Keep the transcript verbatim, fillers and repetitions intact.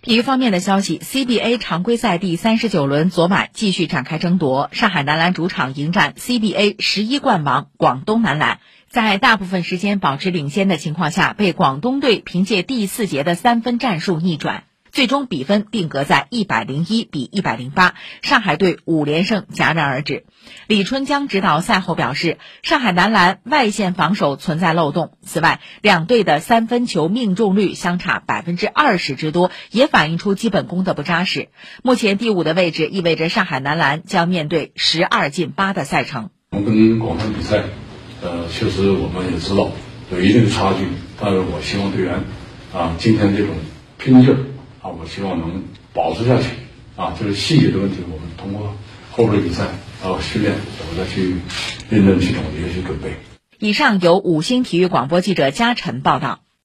体育方面的消息 ，C B A 常规赛第三十九轮昨晚继续展开争夺，上海男篮主场迎战 C B A 十一冠王广东男篮，在大部分时间保持领先的情况下，被广东队凭借第四节的三分战术逆转。最终比分定格在一百零一比一百零八，上海队五连胜戛然而止。李春江指导赛后表示，上海男篮外线防守存在漏洞。此外，两队的三分球命中率相差百分之二十之多，也反映出基本功的不扎实。目前第五的位置意味着上海男篮将面对十二进八的赛程。 我们跟广东比赛，呃，确实我们也知道有一定的差距，但是我希望队员啊，今天这种拼劲儿。啊，我希望能保持下去。啊，就是细节的问题，我们通过后边的比赛还有训练，我们再去认真去总结去准备。 以上由五星体育广播记者嘉晨报道。